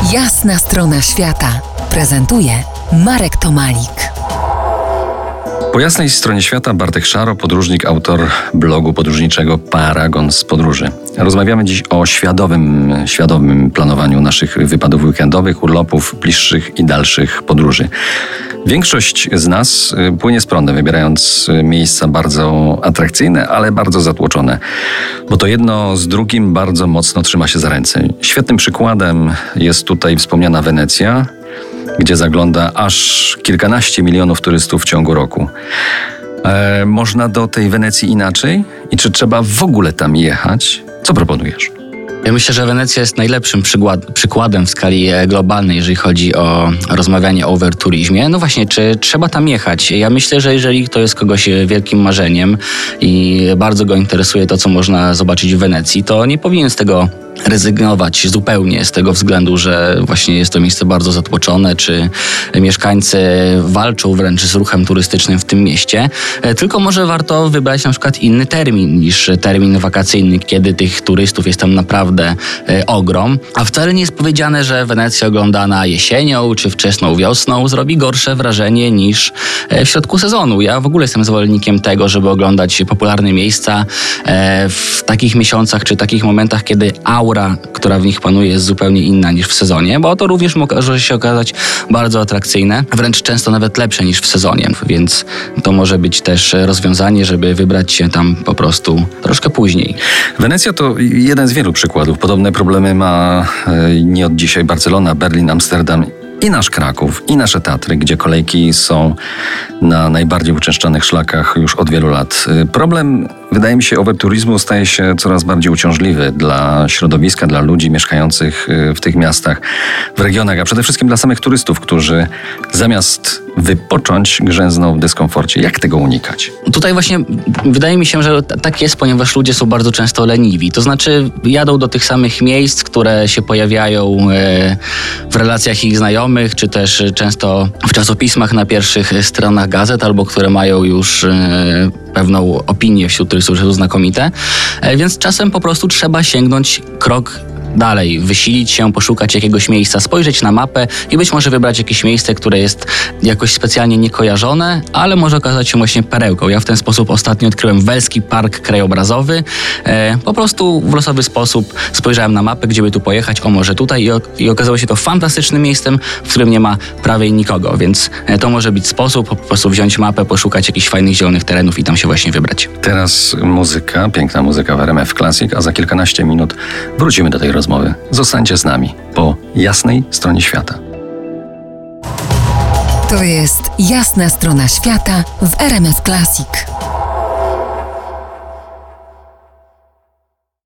Jasna strona świata prezentuje Marek Tomalik. Po jasnej stronie świata Bartek Szaro, podróżnik, autor blogu podróżniczego Paragon z podróży. Rozmawiamy dziś o świadomym planowaniu naszych wypadów weekendowych, urlopów, bliższych i dalszych podróży. Większość z nas płynie z prądem, wybierając miejsca bardzo atrakcyjne, ale bardzo zatłoczone, bo to jedno z drugim bardzo mocno trzyma się za ręce. Świetnym przykładem jest tutaj wspomniana Wenecja, gdzie zagląda aż kilkanaście milionów turystów w ciągu roku. Można do tej Wenecji inaczej? I czy trzeba w ogóle tam jechać? Co proponujesz? Ja myślę, że Wenecja jest najlepszym przykładem w skali globalnej, jeżeli chodzi o rozmawianie o overturizmie. No właśnie, czy trzeba tam jechać? Ja myślę, że jeżeli to jest kogoś wielkim marzeniem i bardzo go interesuje to, co można zobaczyć w Wenecji, to nie powinien z tego rezygnować zupełnie z tego względu, że właśnie jest to miejsce bardzo zatłoczone, czy mieszkańcy walczą wręcz z ruchem turystycznym w tym mieście, tylko może warto wybrać na przykład inny termin niż termin wakacyjny, kiedy tych turystów jest tam naprawdę ogrom, a wcale nie jest powiedziane, że Wenecja oglądana jesienią czy wczesną wiosną zrobi gorsze wrażenie niż w środku sezonu. Ja w ogóle jestem zwolennikiem tego, żeby oglądać popularne miejsca w takich miesiącach czy takich momentach, kiedy aura, która w nich panuje, jest zupełnie inna niż w sezonie, bo to również może się okazać bardzo atrakcyjne, wręcz często nawet lepsze niż w sezonie, więc to może być też rozwiązanie, żeby wybrać się tam po prostu troszkę później. Wenecja to jeden z wielu przykładów. Podobne problemy ma nie od dzisiaj Barcelona, Berlin, Amsterdam i nasz Kraków, i nasze Tatry, gdzie kolejki są na najbardziej uczęszczanych szlakach już od wielu lat. Problem, wydaje mi się, overturizmu staje się coraz bardziej uciążliwy dla środowiska, dla ludzi mieszkających w tych miastach, w regionach, a przede wszystkim dla samych turystów, którzy zamiast wypocząć, grzęzną w dyskomforcie. Jak tego unikać? Tutaj właśnie wydaje mi się, że tak jest, ponieważ ludzie są bardzo często leniwi. To znaczy jadą do tych samych miejsc, które się pojawiają w relacjach ich znajomych, czy też często w czasopismach na pierwszych stronach gazet, albo które mają już pewną opinię wśród turystów, że są znakomite. Więc czasem po prostu trzeba sięgnąć krok dalej, wysilić się, poszukać jakiegoś miejsca, spojrzeć na mapę i być może wybrać jakieś miejsce, które jest jakoś specjalnie niekojarzone, ale może okazać się właśnie perełką. Ja w ten sposób ostatnio odkryłem Welski Park Krajobrazowy. Po prostu w losowy sposób spojrzałem na mapę, gdzie by tu pojechać, może tutaj i okazało się to fantastycznym miejscem, w którym nie ma prawie nikogo, więc to może być sposób, po prostu wziąć mapę, poszukać jakichś fajnych zielonych terenów i tam się właśnie wybrać. Teraz muzyka, piękna muzyka w RMF Classic, a za kilkanaście minut wrócimy do tej rozmowy. Zostańcie z nami po jasnej stronie świata. To jest Jasna strona świata w RMF Classic.